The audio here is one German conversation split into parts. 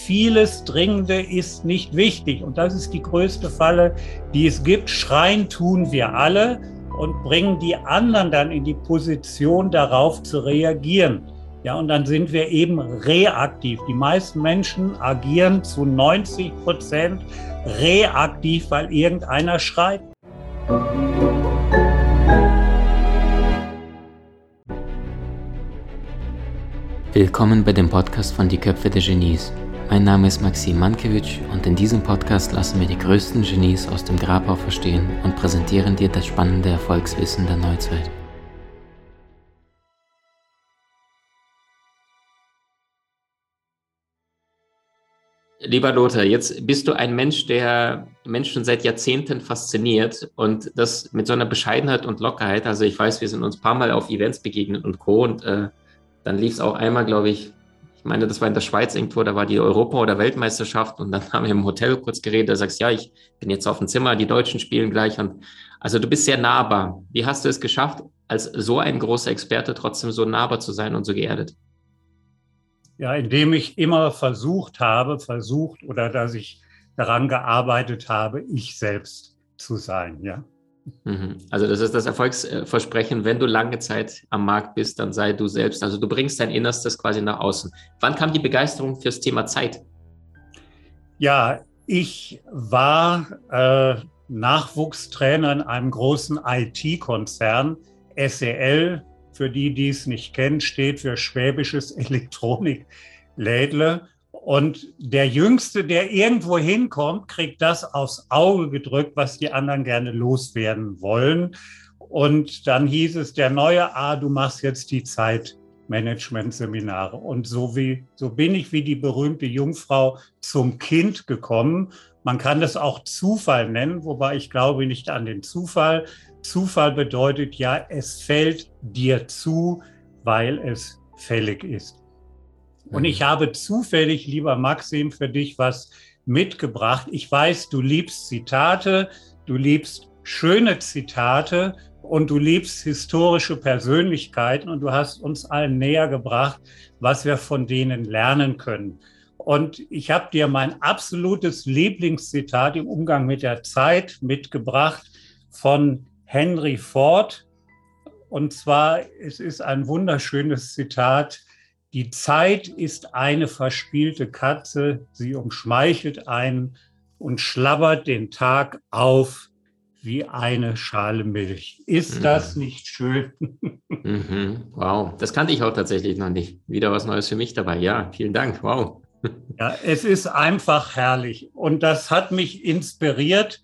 vieles Dringende ist nicht wichtig. Und das ist die größte Falle, die es gibt. Schreien tun wir alle und bringen die anderen dann in die Position, darauf zu reagieren. Ja, und dann sind wir eben reaktiv. Die meisten Menschen agieren zu 90% reaktiv, weil irgendeiner schreit. Willkommen bei dem Podcast von Die Köpfe der Genies. Mein Name ist Maxim Mankewitsch und in diesem Podcast lassen wir die größten Genies aus dem Grabau verstehen und präsentieren dir das spannende Erfolgswissen der Neuzeit. Lieber Lothar, jetzt bist du ein Mensch, der Menschen seit Jahrzehnten fasziniert und das mit so einer Bescheidenheit und Lockerheit. Also ich weiß, wir sind uns ein paar Mal auf Events begegnet und Co. Und dann lief es auch einmal, glaube ich meine, das war in der Schweiz irgendwo, da war die Europa- oder Weltmeisterschaft und dann haben wir im Hotel kurz geredet, da sagst du, ja, ich bin jetzt auf dem Zimmer, die Deutschen spielen gleich. Und also du bist sehr nahbar. Wie hast du es geschafft, als so ein großer Experte trotzdem so nahbar zu sein und so geerdet? Ja, indem ich immer versucht oder dass ich daran gearbeitet habe, ich selbst zu sein, ja. Also das ist das Erfolgsversprechen, wenn du lange Zeit am Markt bist, dann sei du selbst. Also du bringst dein Innerstes quasi nach außen. Wann kam die Begeisterung fürs Thema Zeit? Ja, ich war Nachwuchstrainer in einem großen IT-Konzern. SEL, für die es nicht kennen, steht für Schwäbisches Elektroniklädle. Und der Jüngste, der irgendwo hinkommt, kriegt das aufs Auge gedrückt, was die anderen gerne loswerden wollen. Und dann hieß es, der neue du machst jetzt die Zeitmanagement-Seminare. Und so bin ich wie die berühmte Jungfrau zum Kind gekommen. Man kann das auch Zufall nennen, wobei ich glaube nicht an den Zufall. Zufall bedeutet ja, es fällt dir zu, weil es fällig ist. Und ich habe zufällig, lieber Maxim, für dich was mitgebracht. Ich weiß, du liebst Zitate, du liebst schöne Zitate und du liebst historische Persönlichkeiten und du hast uns allen näher gebracht, was wir von denen lernen können. Und ich habe dir mein absolutes Lieblingszitat im Umgang mit der Zeit mitgebracht von Henry Ford. Und zwar, es ist ein wunderschönes Zitat: Die Zeit ist eine verspielte Katze, sie umschmeichelt einen und schlabbert den Tag auf wie eine Schale Milch. Ist das nicht schön? Wow, das kannte ich auch tatsächlich noch nicht. Wieder was Neues für mich dabei. Ja, vielen Dank. Wow. Ja, es ist einfach herrlich. Und das hat mich inspiriert,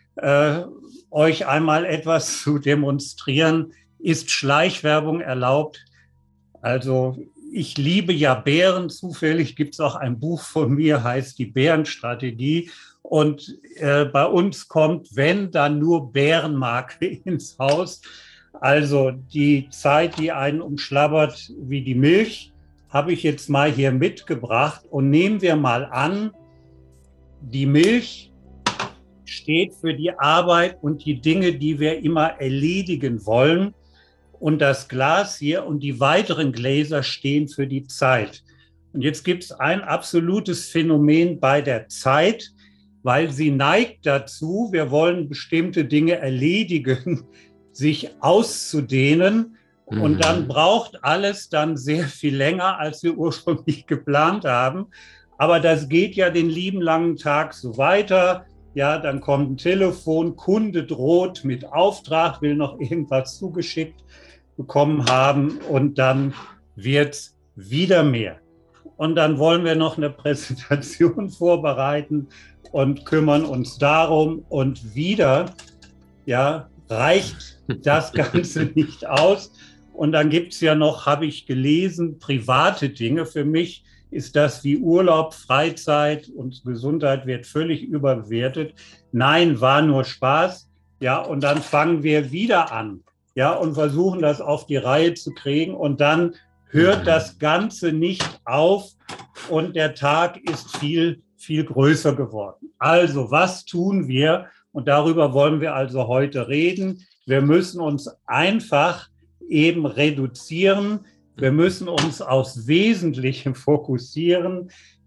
euch einmal etwas zu demonstrieren. Ist Schleichwerbung erlaubt? Also ich liebe ja Bären. Zufällig gibt es auch ein Buch von mir, heißt Die Bärenstrategie. Und bei uns kommt, wenn, dann nur Bärenmarke ins Haus. Also die Zeit, die einen umschlabbert wie die Milch, habe ich jetzt mal hier mitgebracht. Und nehmen wir mal an, die Milch steht für die Arbeit und die Dinge, die wir immer erledigen wollen. Und das Glas hier und die weiteren Gläser stehen für die Zeit. Und jetzt gibt es ein absolutes Phänomen bei der Zeit, weil sie neigt dazu, wir wollen bestimmte Dinge erledigen, sich auszudehnen. Und dann braucht alles dann sehr viel länger, als wir ursprünglich geplant haben. Aber das geht ja den lieben langen Tag so weiter. Ja, dann kommt ein Telefon, Kunde droht mit Auftrag, will noch irgendwas zugeschickt bekommen haben und dann wird es wieder mehr. Und dann wollen wir noch eine Präsentation vorbereiten und kümmern uns darum und wieder, ja, reicht das Ganze nicht aus. Und dann gibt es ja noch, habe ich gelesen, private Dinge. Für mich ist das wie Urlaub, Freizeit und Gesundheit wird völlig überbewertet. Nein, war nur Spaß. Ja, und dann fangen wir wieder an. Ja, und versuchen das auf die Reihe zu kriegen. Und dann hört das Ganze nicht auf und der Tag ist viel, viel größer geworden. Also, was tun wir? Und darüber wollen wir also heute reden. Wir müssen uns einfach eben reduzieren. Wir müssen uns aufs Wesentliche fokussieren.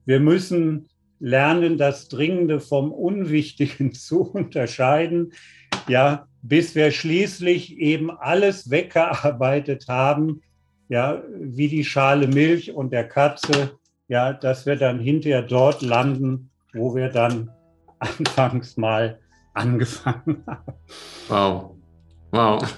Wir müssen lernen, das Dringende vom Unwichtigen zu unterscheiden, ja, bis wir schließlich eben alles weggearbeitet haben, ja, wie die Schale Milch und der Katze, ja, dass wir dann hinterher dort landen, wo wir dann anfangs mal angefangen haben. Wow, wow.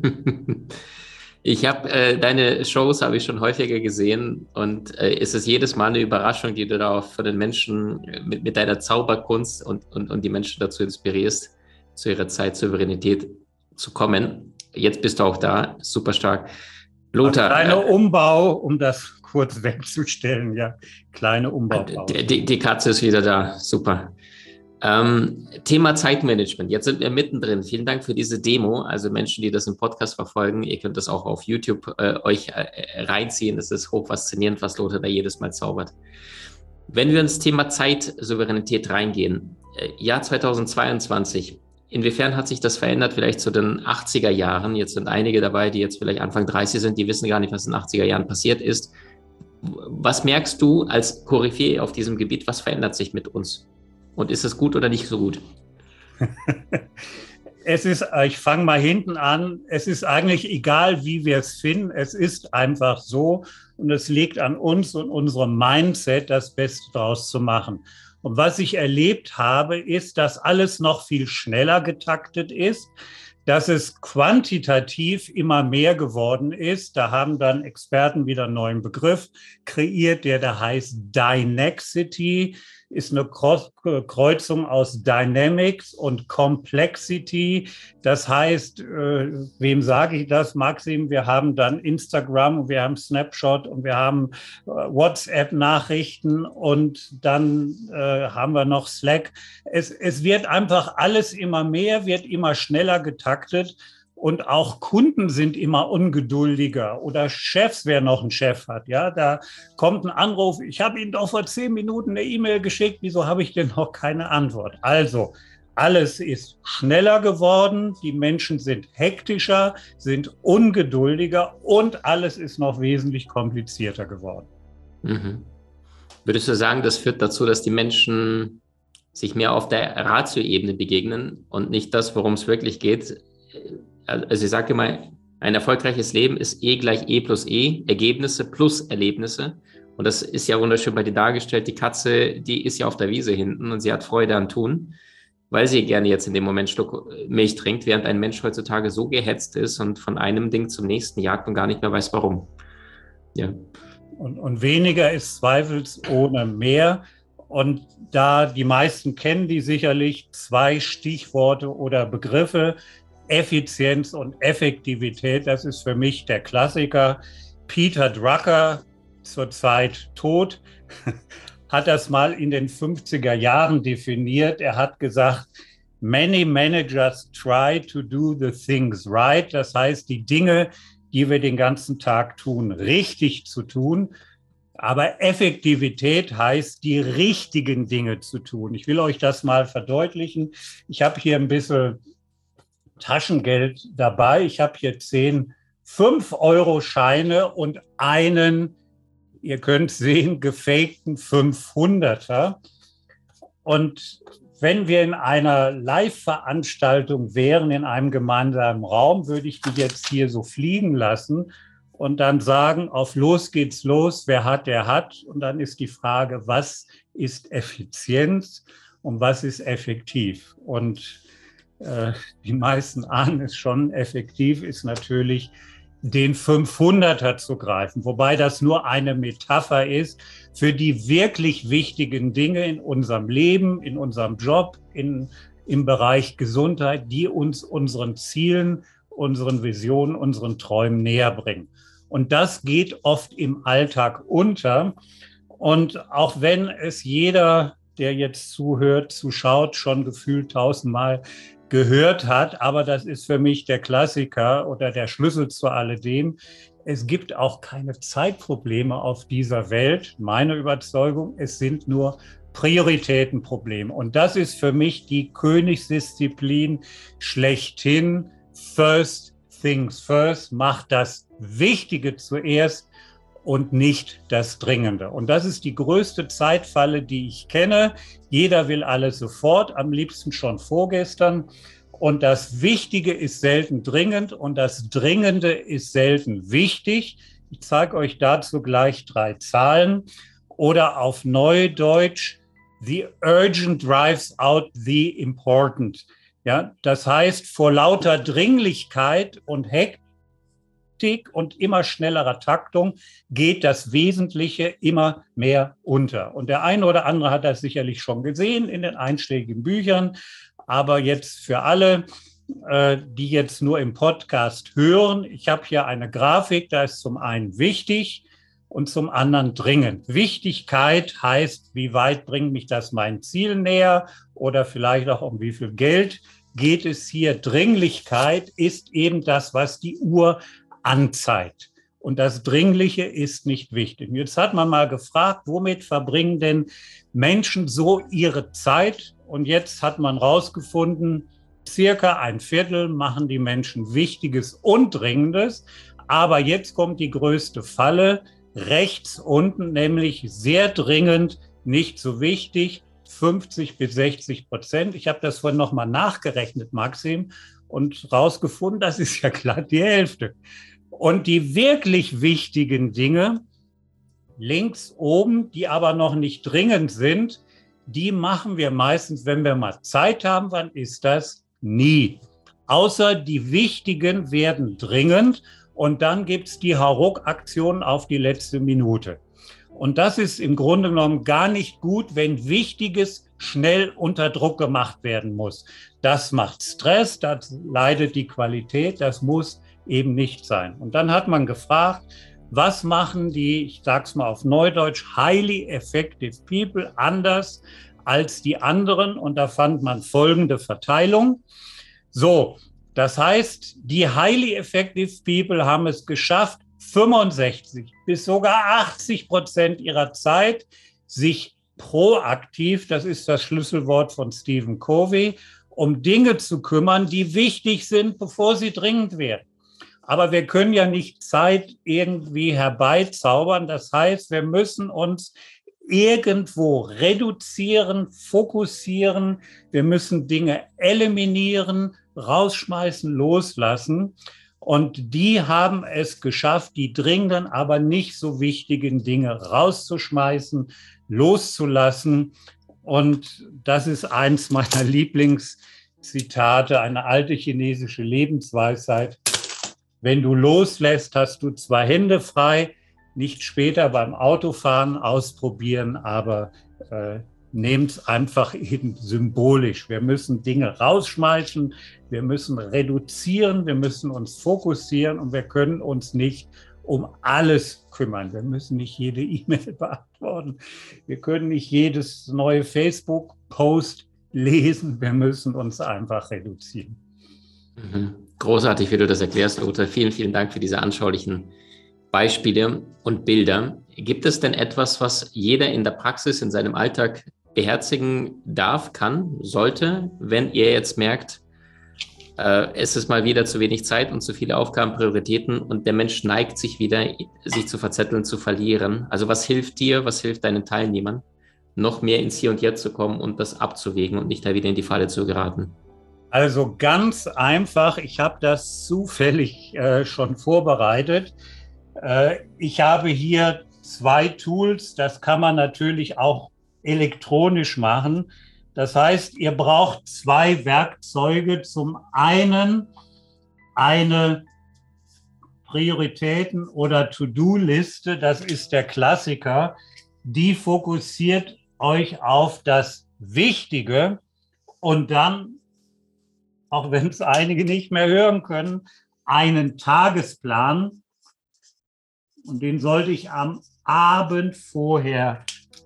Ich habe deine Shows habe ich schon häufiger gesehen und es ist jedes Mal eine Überraschung, die du da von den Menschen mit deiner Zauberkunst und die Menschen dazu inspirierst, zu ihrer Zeit Souveränität zu kommen. Jetzt bist du auch da, super stark. Lothar. Kleiner Umbau, um das kurz wegzustellen, ja, kleine Umbau. Die Katze ist wieder da, super. Thema Zeitmanagement. Jetzt sind wir mittendrin. Vielen Dank für diese Demo. Also Menschen, die das im Podcast verfolgen, ihr könnt das auch auf YouTube euch reinziehen. Es ist hochfaszinierend, was Lothar da jedes Mal zaubert. Wenn wir ins Thema Zeitsouveränität reingehen, Jahr 2022, inwiefern hat sich das verändert, vielleicht zu den 80er Jahren? Jetzt sind einige dabei, die jetzt vielleicht Anfang 30 sind, die wissen gar nicht, was in den 80er Jahren passiert ist. Was merkst du als Koryphäe auf diesem Gebiet? Was verändert sich mit uns? Und ist es gut oder nicht so gut? Ich fange mal hinten an, es ist eigentlich egal, wie wir es finden, es ist einfach so und es liegt an uns und unserem Mindset, das Beste daraus zu machen. Und was ich erlebt habe, ist, dass alles noch viel schneller getaktet ist, dass es quantitativ immer mehr geworden ist. Da haben dann Experten wieder einen neuen Begriff kreiert, der da heißt Dynexity. Ist eine Kreuzung aus Dynamics und Complexity. Das heißt, wem sage ich das, Maxim? Wir haben dann Instagram, wir haben Snapchat und wir haben WhatsApp-Nachrichten und dann haben wir noch Slack. Es wird einfach alles immer mehr, wird immer schneller getaktet. Und auch Kunden sind immer ungeduldiger oder Chefs, wer noch einen Chef hat. Ja, da kommt ein Anruf. Ich habe Ihnen doch vor 10 Minuten eine E-Mail geschickt. Wieso habe ich denn noch keine Antwort? Also, alles ist schneller geworden. Die Menschen sind hektischer, sind ungeduldiger und alles ist noch wesentlich komplizierter geworden. Mhm. Würdest du sagen, das führt dazu, dass die Menschen sich mehr auf der Ratio-Ebene begegnen und nicht das, worum es wirklich geht? Also ich sage immer, ein erfolgreiches Leben ist E gleich E plus E, Ergebnisse plus Erlebnisse. Und das ist ja wunderschön bei dir dargestellt. Die Katze, die ist ja auf der Wiese hinten und sie hat Freude am Tun, weil sie gerne jetzt in dem Moment einen Schluck Milch trinkt, während ein Mensch heutzutage so gehetzt ist und von einem Ding zum nächsten jagt und gar nicht mehr weiß, warum. Ja. Und weniger ist zweifelsohne mehr. Und da die meisten kennen die sicherlich, 2 Stichworte oder Begriffe, Effizienz und Effektivität, das ist für mich der Klassiker. Peter Drucker, zurzeit tot, hat das mal in den 50er Jahren definiert. Er hat gesagt, many managers try to do the things right. Das heißt, die Dinge, die wir den ganzen Tag tun, richtig zu tun. Aber Effektivität heißt, die richtigen Dinge zu tun. Ich will euch das mal verdeutlichen. Ich habe hier ein bisschen Taschengeld dabei. Ich habe hier 10 5-Euro-Scheine und einen, ihr könnt sehen, gefakten 500er. Und wenn wir in einer Live-Veranstaltung wären, in einem gemeinsamen Raum, würde ich die jetzt hier so fliegen lassen und dann sagen, auf los geht's los, wer hat, der hat. Und dann ist die Frage, was ist Effizienz und was ist effektiv? Und die meisten ahnen es schon, effektiv ist natürlich den 500er zu greifen, wobei das nur eine Metapher ist für die wirklich wichtigen Dinge in unserem Leben, in unserem Job, im Bereich Gesundheit, die uns unseren Zielen, unseren Visionen, unseren Träumen näher bringen. Und das geht oft im Alltag unter. Und auch wenn es jeder, der jetzt zuhört, zuschaut, schon gefühlt 1000-mal gehört hat, aber das ist für mich der Klassiker oder der Schlüssel zu alledem. Es gibt auch keine Zeitprobleme auf dieser Welt, meine Überzeugung. Es sind nur Prioritätenprobleme. Und das ist für mich die Königsdisziplin schlechthin. First things first, mach das Wichtige zuerst und nicht das Dringende. Und das ist die größte Zeitfalle, die ich kenne. Jeder will alles sofort, am liebsten schon vorgestern. Und das Wichtige ist selten dringend und das Dringende ist selten wichtig. Ich zeige euch dazu gleich 3 Zahlen. Oder auf Neudeutsch, the urgent drives out the important. Ja, das heißt, vor lauter Dringlichkeit und Hektik und immer schnellerer Taktung geht das Wesentliche immer mehr unter. Und der eine oder andere hat das sicherlich schon gesehen in den einschlägigen Büchern. Aber jetzt für alle, die jetzt nur im Podcast hören, ich habe hier eine Grafik, da ist zum einen wichtig und zum anderen dringend. Wichtigkeit heißt, wie weit bringt mich das mein Ziel näher oder vielleicht auch um wie viel Geld geht es hier. Dringlichkeit ist eben das, was die Uhr anzeigt. Und das Dringliche ist nicht wichtig. Jetzt hat man mal gefragt, womit verbringen denn Menschen so ihre Zeit? Und jetzt hat man rausgefunden, circa 1/4 machen die Menschen Wichtiges und Dringendes. Aber jetzt kommt die größte Falle, rechts unten, nämlich sehr dringend, nicht so wichtig, 50-60%. Ich habe das vorhin nochmal nachgerechnet, Maxim, und rausgefunden, das ist ja glatt die Hälfte. Und die wirklich wichtigen Dinge, links oben, die aber noch nicht dringend sind, die machen wir meistens, wenn wir mal Zeit haben. Wann ist das? Nie. Außer die wichtigen werden dringend und dann gibt es die Hauruck-Aktion auf die letzte Minute. Und das ist im Grunde genommen gar nicht gut, wenn Wichtiges schnell unter Druck gemacht werden muss. Das macht Stress, das leidet die Qualität, das muss eben nicht sein. Und dann hat man gefragt, was machen die, ich sage es mal auf Neudeutsch, highly effective people anders als die anderen? Und da fand man folgende Verteilung. So, das heißt, die highly effective people haben es geschafft, 65 bis sogar 80% ihrer Zeit sich proaktiv, das ist das Schlüsselwort von Stephen Covey, um Dinge zu kümmern, die wichtig sind, bevor sie dringend werden. Aber wir können ja nicht Zeit irgendwie herbeizaubern. Das heißt, wir müssen uns irgendwo reduzieren, fokussieren. Wir müssen Dinge eliminieren, rausschmeißen, loslassen. Und die haben es geschafft, die dringenden, aber nicht so wichtigen Dinge rauszuschmeißen, loszulassen. Und das ist eins meiner Lieblingszitate, eine alte chinesische Lebensweisheit. Wenn du loslässt, hast du 2 Hände frei, nicht später beim Autofahren ausprobieren, aber nehmt es einfach eben symbolisch. Wir müssen Dinge rausschmeißen, wir müssen reduzieren, wir müssen uns fokussieren und wir können uns nicht um alles kümmern. Wir müssen nicht jede E-Mail beantworten, wir können nicht jedes neue Facebook-Post lesen, wir müssen uns einfach reduzieren. Großartig, wie du das erklärst, Lothar. Vielen, vielen Dank für diese anschaulichen Beispiele und Bilder. Gibt es denn etwas, was jeder in der Praxis, in seinem Alltag beherzigen darf, kann, sollte, wenn ihr jetzt merkt, es ist mal wieder zu wenig Zeit und zu viele Aufgaben, Prioritäten und der Mensch neigt sich wieder, sich zu verzetteln, zu verlieren? Also was hilft dir, was hilft deinen Teilnehmern, noch mehr ins Hier und Jetzt zu kommen und das abzuwägen und nicht da wieder in die Falle zu geraten? Also ganz einfach, ich habe das zufällig schon vorbereitet. Ich habe hier 2 Tools, das kann man natürlich auch elektronisch machen. Das heißt, ihr braucht 2 Werkzeuge. Zum einen eine Prioritäten- oder To-Do-Liste, das ist der Klassiker. Die fokussiert euch auf das Wichtige und dann, auch wenn es einige nicht mehr hören können, einen Tagesplan. Und den sollte ich am Abend vorher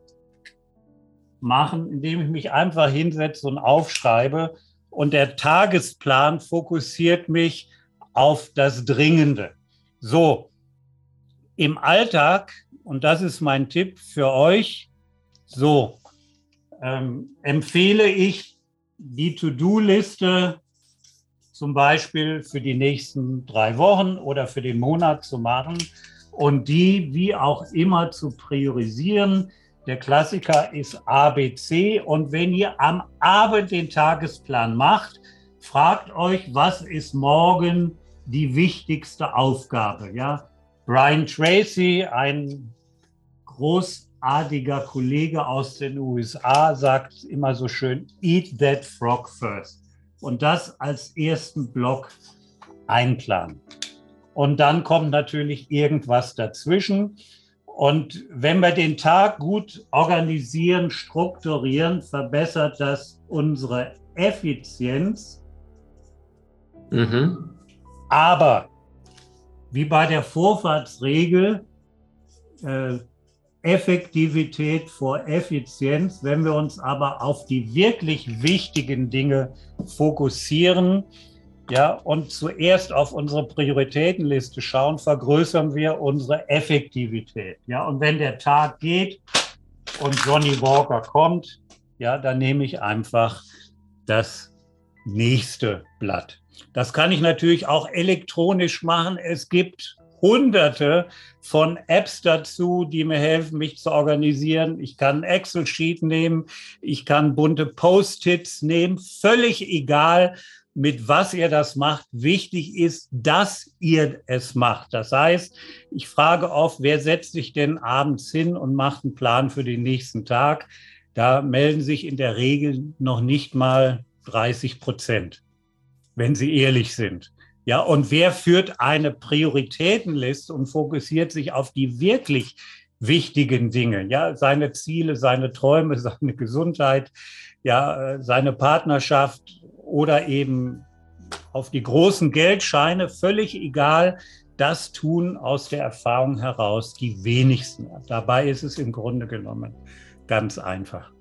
machen, indem ich mich einfach hinsetze und aufschreibe. Und der Tagesplan fokussiert mich auf das Dringende. So, im Alltag, und das ist mein Tipp für euch, so empfehle ich die To-Do-Liste zum Beispiel für die nächsten 3 Wochen oder für den Monat zu machen. und die wie auch immer zu priorisieren. Der Klassiker ist ABC. Und wenn ihr am Abend den Tagesplan macht, fragt euch, was ist morgen die wichtigste Aufgabe? Ja? Brian Tracy, ein großartiger Kollege aus den USA, sagt immer so schön, eat that frog first. Und das als ersten Block einplanen. Und dann kommt natürlich irgendwas dazwischen. Und wenn wir den Tag gut organisieren, strukturieren, verbessert das unsere Effizienz. Aber wie bei der Vorfahrtsregel, Effektivität vor Effizienz, wenn wir uns aber auf die wirklich wichtigen Dinge fokussieren, ja, und zuerst auf unsere Prioritätenliste schauen, vergrößern wir unsere Effektivität. Ja, und wenn der Tag geht und Johnny Walker kommt, ja, dann nehme ich einfach das nächste Blatt. Das kann ich natürlich auch elektronisch machen. Es gibt Hunderte von Apps dazu, die mir helfen, mich zu organisieren. Ich kann ein Excel-Sheet nehmen, ich kann bunte Post-its nehmen, völlig egal, mit was ihr das macht. Wichtig ist, dass ihr es macht. Das heißt, ich frage oft, wer setzt sich denn abends hin und macht einen Plan für den nächsten Tag? Da melden sich in der Regel noch nicht mal 30%, wenn sie ehrlich sind. Ja, und wer führt eine Prioritätenliste und fokussiert sich auf die wirklich wichtigen Dinge? Ja, seine Ziele, seine Träume, seine Gesundheit, ja, seine Partnerschaft oder eben auf die großen Geldscheine, völlig egal. Das tun aus der Erfahrung heraus die wenigsten. Dabei ist es im Grunde genommen ganz einfach.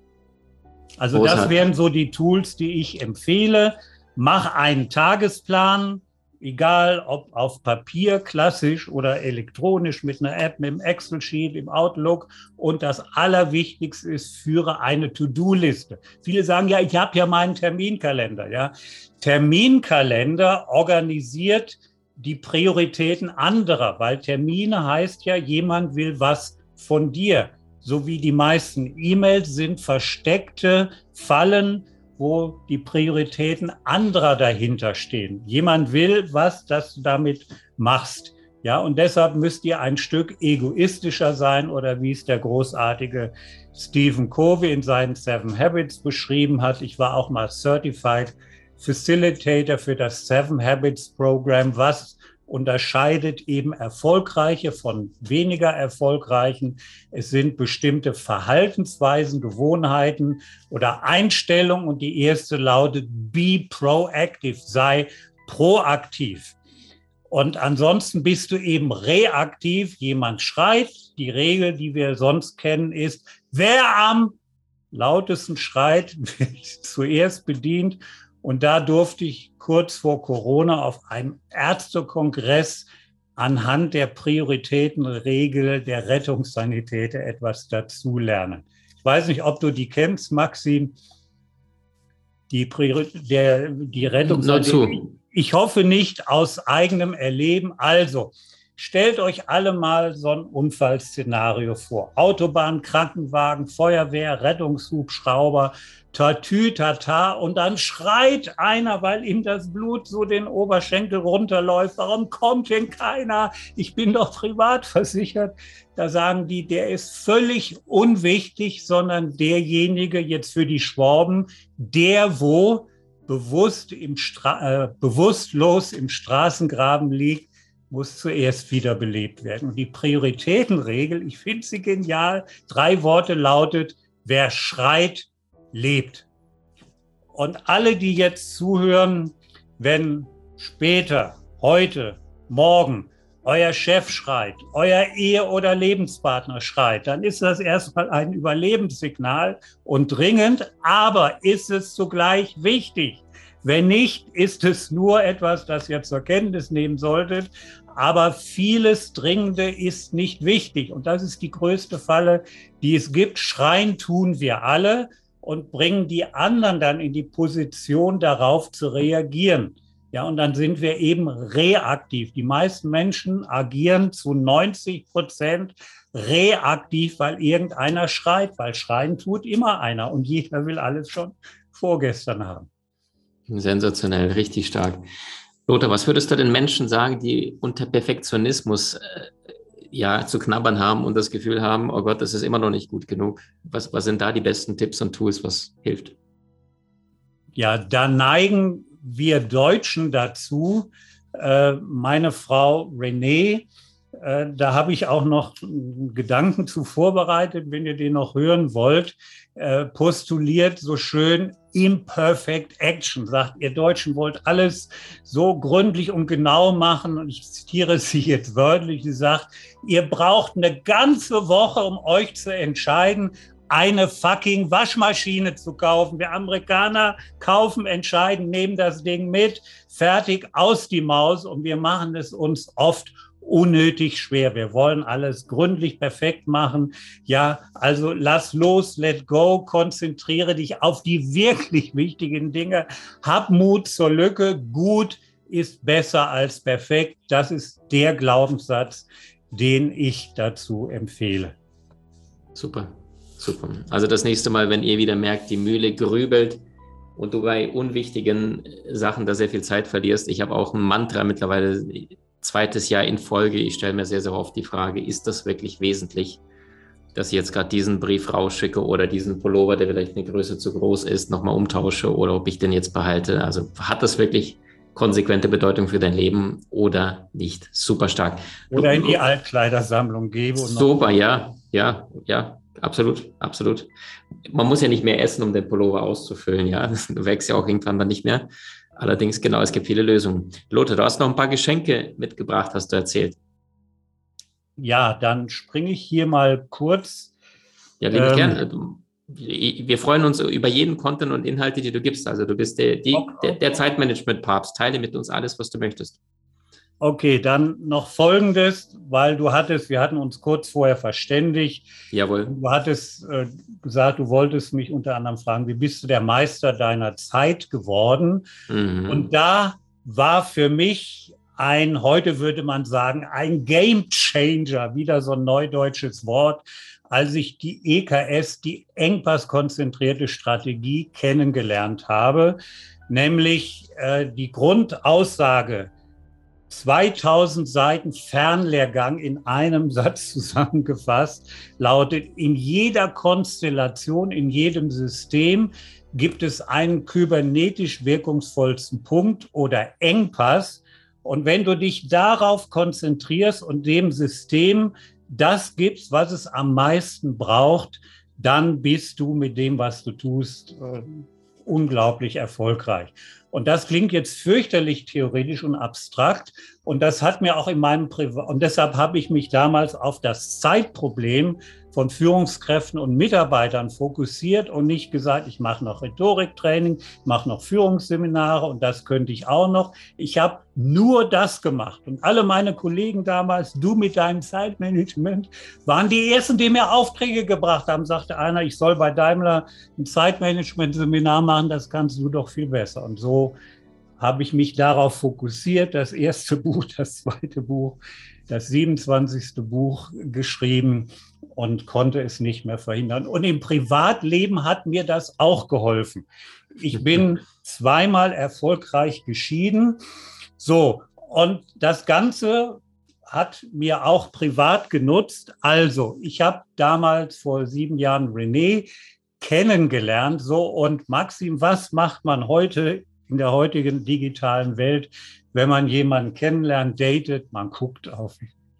Also das wären so die Tools, die ich empfehle. Mach einen Tagesplan, egal ob auf Papier, klassisch oder elektronisch mit einer App, mit dem Excel-Sheet, im Outlook. Und das Allerwichtigste ist, führe eine To-Do-Liste. Viele sagen, ja, ich habe ja meinen Terminkalender. Ja. Terminkalender organisiert die Prioritäten anderer, weil Termine heißt ja, jemand will was von dir. So wie die meisten E-Mails sind versteckte Fallen, wo die Prioritäten anderer dahinter stehen. Jemand will was, das du damit machst. Ja, und deshalb müsst ihr ein Stück egoistischer sein oder wie es der großartige Stephen Covey in seinen 7 Habits beschrieben hat. Ich war auch mal Certified Facilitator für das 7 Habits Program, was unterscheidet eben Erfolgreiche von weniger Erfolgreichen. Es sind bestimmte Verhaltensweisen, Gewohnheiten oder Einstellungen. Und die erste lautet, be proactive, sei proaktiv. Und ansonsten bist du eben reaktiv. Jemand schreit. Die Regel, die wir sonst kennen, ist, wer am lautesten schreit, wird zuerst bedient. Und da durfte ich kurz vor Corona auf einem Ärztekongress anhand der Prioritätenregel der Rettungssanitäter etwas dazulernen. Ich weiß nicht, ob du die kennst, Maxim, die Rettungssanitäter. Ich hoffe nicht aus eigenem Erleben. Also, stellt euch alle mal so ein Unfallszenario vor. Autobahn, Krankenwagen, Feuerwehr, Rettungshubschrauber, Tatütata, und dann schreit einer, weil ihm das Blut so den Oberschenkel runterläuft. Warum kommt denn keiner? Ich bin doch privat versichert. Da sagen die, der ist völlig unwichtig, sondern derjenige jetzt für die Schwaben, der wo bewusstlos im Straßengraben liegt, muss zuerst wiederbelebt werden. Und die Prioritätenregel, ich finde sie genial, 3 Worte lautet, wer schreit, lebt. Und alle, die jetzt zuhören, wenn später, heute, morgen euer Chef schreit, euer Ehe- oder Lebenspartner schreit, dann ist das erstmal ein Überlebenssignal und dringend, aber ist es zugleich wichtig? Wenn nicht, ist es nur etwas, das ihr zur Kenntnis nehmen solltet. Aber vieles Dringende ist nicht wichtig. Und das ist die größte Falle, die es gibt. Schreien tun wir alle und bringen die anderen dann in die Position, darauf zu reagieren. Ja, und dann sind wir eben reaktiv. Die meisten Menschen agieren zu 90% reaktiv, weil irgendeiner schreit, weil schreien tut immer einer und jeder will alles schon vorgestern haben. Sensationell, richtig stark. Lothar, was würdest du den Menschen sagen, die unter Perfektionismus zu knabbern haben und das Gefühl haben, oh Gott, das ist immer noch nicht gut genug? Was sind da die besten Tipps und Tools, was hilft? Ja, da neigen wir Deutschen dazu. Meine Frau Renée, da habe ich auch noch einen Gedanken zu vorbereitet, wenn ihr den noch hören wollt, postuliert so schön Imperfect Action, sagt, ihr Deutschen wollt alles so gründlich und genau machen. Und ich zitiere sie jetzt wörtlich, sie sagt, ihr braucht eine ganze Woche, um euch zu entscheiden, eine fucking Waschmaschine zu kaufen. Wir Amerikaner kaufen, entscheiden, nehmen das Ding mit, fertig, aus die Maus. Und wir machen es uns oft unnötig schwer. Wir wollen alles gründlich perfekt machen. Ja, also lass los, let go, konzentriere dich auf die wirklich wichtigen Dinge. Hab Mut zur Lücke. Gut ist besser als perfekt. Das ist der Glaubenssatz, den ich dazu empfehle. Super. Super. Also das nächste Mal, wenn ihr wieder merkt, die Mühle grübelt und du bei unwichtigen Sachen da sehr viel Zeit verlierst. Ich habe auch ein Mantra mittlerweile, 2. Jahr in Folge. Ich stelle mir sehr, sehr oft die Frage, ist das wirklich wesentlich, dass ich jetzt gerade diesen Brief rausschicke oder diesen Pullover, der vielleicht eine Größe zu groß ist, nochmal umtausche oder ob ich den jetzt behalte. Also hat das wirklich konsequente Bedeutung für dein Leben oder nicht? Super stark. Oder in die Altkleidersammlung gebe. Super, ja. Absolut, absolut. Man muss ja nicht mehr essen, um den Pullover auszufüllen, ja. Das wächst ja auch irgendwann dann nicht mehr. Allerdings, genau, es gibt viele Lösungen. Lothar, du hast noch ein paar Geschenke mitgebracht, hast du erzählt. Ja, dann springe ich hier mal kurz. Ja, liebend gerne. Wir freuen uns über jeden Content und Inhalte, die du gibst. Also du bist der Zeitmanagement-Papst. Teile mit uns alles, was du möchtest. Okay, dann noch Folgendes, weil wir hatten uns kurz vorher verständigt. Jawohl. Du hattest gesagt, du wolltest mich unter anderem fragen, wie bist du der Meister deiner Zeit geworden? Mhm. Und da war für mich heute würde man sagen, ein Game Changer, wieder so ein neudeutsches Wort, als ich die EKS, die engpasskonzentrierte Strategie, kennengelernt habe, nämlich die Grundaussage, 2000 Seiten Fernlehrgang in einem Satz zusammengefasst, lautet, in jeder Konstellation, in jedem System gibt es einen kybernetisch wirkungsvollsten Punkt oder Engpass. Und wenn du dich darauf konzentrierst und dem System das gibst, was es am meisten braucht, dann bist du mit dem, was du tust, unglaublich erfolgreich. Und das klingt jetzt fürchterlich theoretisch und abstrakt. Und das hat mir auch und deshalb habe ich mich damals auf das Zeitproblem von Führungskräften und Mitarbeitern fokussiert und nicht gesagt, ich mache noch Rhetoriktraining, ich mache noch Führungsseminare und das könnte ich auch noch. Ich habe nur das gemacht. Und alle meine Kollegen damals, du mit deinem Zeitmanagement, waren die ersten, die mir Aufträge gebracht haben. Sagte einer, ich soll bei Daimler ein Zeitmanagement-Seminar machen, das kannst du doch viel besser. Und so habe ich mich darauf fokussiert, das erste Buch, das zweite Buch, das 27. Buch geschrieben und konnte es nicht mehr verhindern. Und im Privatleben hat mir das auch geholfen. Ich bin zweimal erfolgreich geschieden. So, und das Ganze hat mir auch privat genutzt. Also, ich habe damals vor 7 Jahren Renée kennengelernt. So, und Maxim, was macht man heute in der heutigen digitalen Welt, wenn man jemanden kennenlernt, datet? Man guckt auf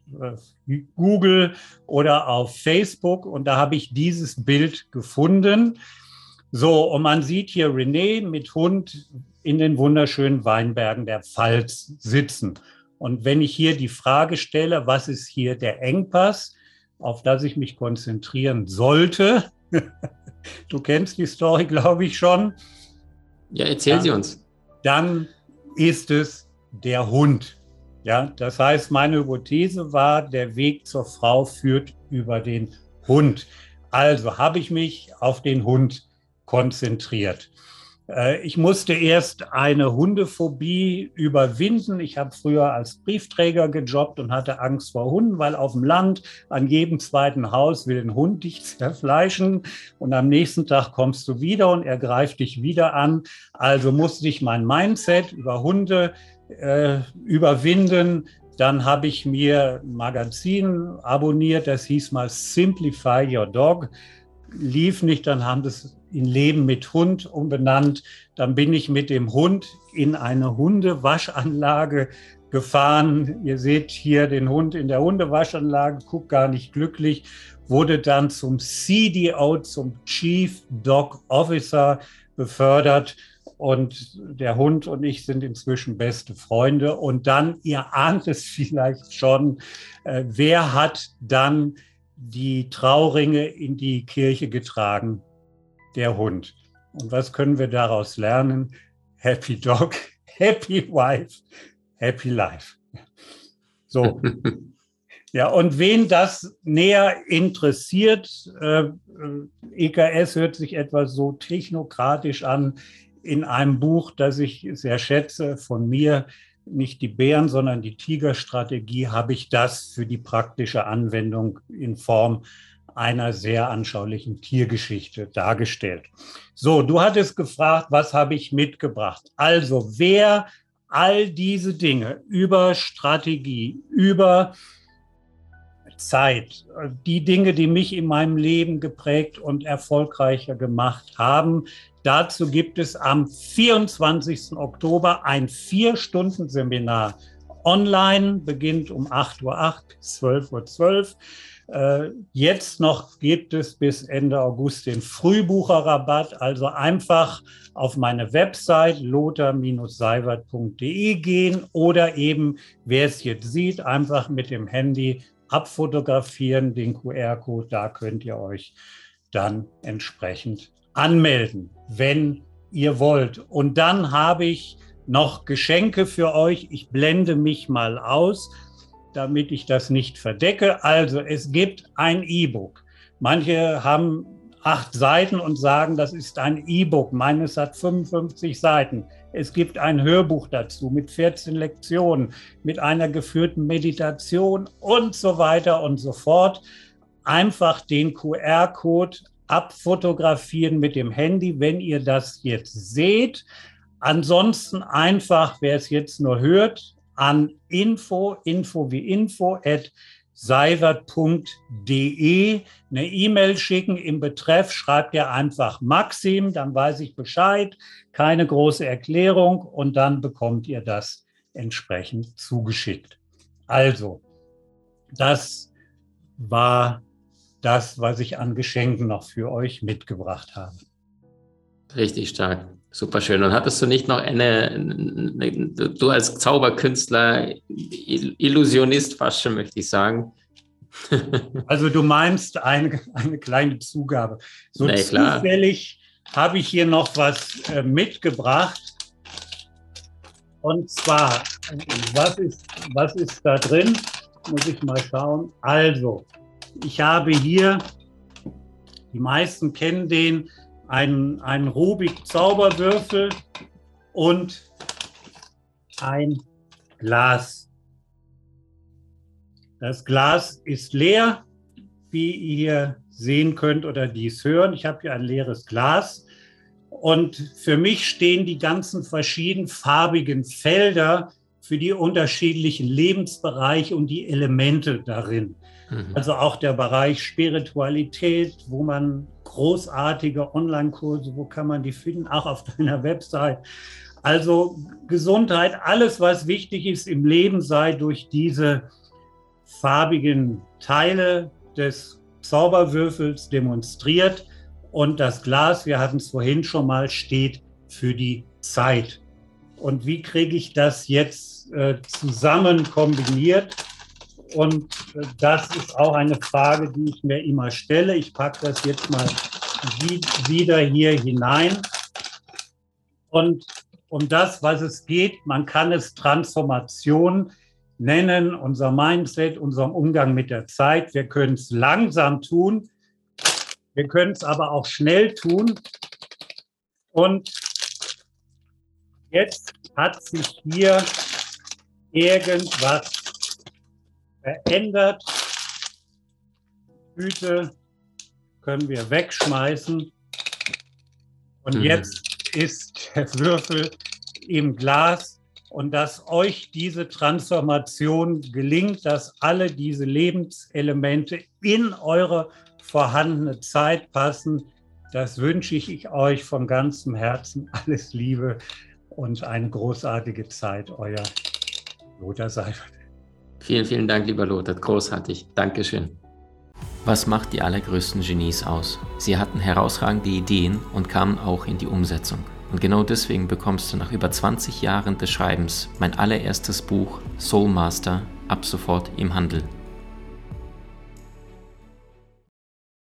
Google oder auf Facebook und da habe ich dieses Bild gefunden. So, und man sieht hier Renée mit Hund in den wunderschönen Weinbergen der Pfalz sitzen. Und wenn ich hier die Frage stelle, was ist hier der Engpass, auf das ich mich konzentrieren sollte, du kennst die Story, glaube ich, schon. Ja, erzähl sie uns. Dann ist es der Hund. Ja, das heißt, meine Hypothese war, der Weg zur Frau führt über den Hund. Also habe ich mich auf den Hund konzentriert. Ich musste erst eine Hundephobie überwinden. Ich habe früher als Briefträger gejobbt und hatte Angst vor Hunden, weil auf dem Land an jedem zweiten Haus will ein Hund dich zerfleischen und am nächsten Tag kommst du wieder und er greift dich wieder an. Also musste ich mein Mindset über Hunde überwinden. Dann habe ich mir ein Magazin abonniert, das hieß mal Simplify Your Dog. Lief nicht, dann haben das in Leben mit Hund umbenannt. Dann bin ich mit dem Hund in eine Hundewaschanlage gefahren. Ihr seht hier den Hund in der Hundewaschanlage, guckt gar nicht glücklich, wurde dann zum CDO, zum Chief Dog Officer befördert. Und der Hund und ich sind inzwischen beste Freunde. Und dann, ihr ahnt es vielleicht schon, wer hat dann die Trauringe in die Kirche getragen? Der Hund. Und was können wir daraus lernen? Happy Dog, Happy Wife, Happy Life. So. Ja, und wen das näher interessiert, EKS hört sich etwas so technokratisch an. In einem Buch, das ich sehr schätze, von mir, nicht die Bären, sondern die Tigerstrategie, habe ich das für die praktische Anwendung in Form einer sehr anschaulichen Tiergeschichte dargestellt. So, du hattest gefragt, was habe ich mitgebracht? Also, wer all diese Dinge über Strategie, über Zeit, die Dinge, die mich in meinem Leben geprägt und erfolgreicher gemacht haben, dazu gibt es am 24. Oktober ein 4-Stunden-Seminar online, beginnt um 8:08 Uhr bis 12:12 Uhr. Jetzt noch gibt es bis Ende August den Frühbucherrabatt, also einfach auf meine Website lothar-seiwert.de gehen oder eben, wer es jetzt sieht, einfach mit dem Handy abfotografieren, den QR-Code, da könnt ihr euch dann entsprechend anmelden, wenn ihr wollt. Und dann habe ich noch Geschenke für euch. Ich blende mich mal aus, damit ich das nicht verdecke. Also es gibt ein E-Book. Manche haben 8 Seiten und sagen, das ist ein E-Book. Meines hat 55 Seiten. Es gibt ein Hörbuch dazu mit 14 Lektionen, mit einer geführten Meditation und so weiter und so fort. Einfach den QR-Code abfotografieren mit dem Handy, wenn ihr das jetzt seht. Ansonsten einfach, wer es jetzt nur hört, an info@seiwert.de eine E-Mail schicken. Im Betreff schreibt ihr einfach Maxim, dann weiß ich Bescheid. Keine große Erklärung und dann bekommt ihr das entsprechend zugeschickt. Also, das war das, was ich an Geschenken noch für euch mitgebracht habe. Richtig stark. Super schön. Und hattest du nicht noch du als Zauberkünstler, Illusionist fast schon, möchte ich sagen. Also du meinst eine kleine Zugabe. So nee, zufällig habe ich hier noch was mitgebracht. Und zwar, was ist da drin? Muss ich mal schauen. Also, ich habe hier, die meisten kennen den, einen Rubik-Zauberwürfel und ein Glas. Das Glas ist leer, wie ihr sehen könnt oder dies hören. Ich habe hier ein leeres Glas und für mich stehen die ganzen verschiedenen farbigen Felder für die unterschiedlichen Lebensbereiche und die Elemente darin. Also auch der Bereich Spiritualität, wo man großartige Online-Kurse, wo kann man die finden? Auch auf deiner Website. Also Gesundheit, alles, was wichtig ist im Leben, sei durch diese farbigen Teile des Zauberwürfels demonstriert. Und das Glas, wir hatten es vorhin schon mal, steht für die Zeit. Und wie kriege ich das jetzt zusammen kombiniert? Und das ist auch eine Frage, die ich mir immer stelle. Ich packe das jetzt mal wieder hier hinein. Und um das, was es geht, man kann es Transformation nennen, unser Mindset, unseren Umgang mit der Zeit. Wir können es langsam tun, wir können es aber auch schnell tun. Und Jetzt hat sich hier irgendwas verändert. Die Tüte können wir wegschmeißen. Und jetzt ist der Würfel im Glas. Und dass euch diese Transformation gelingt, dass alle diese Lebenselemente in eure vorhandene Zeit passen, das wünsche ich euch von ganzem Herzen. Alles Liebe und eine großartige Zeit, euer Lothar Seifert. Vielen, vielen Dank, lieber Lothar. Großartig. Dankeschön. Was macht die allergrößten Genies aus? Sie hatten herausragende Ideen und kamen auch in die Umsetzung. Und genau deswegen bekommst du nach über 20 Jahren des Schreibens mein allererstes Buch Soul Master ab sofort im Handel.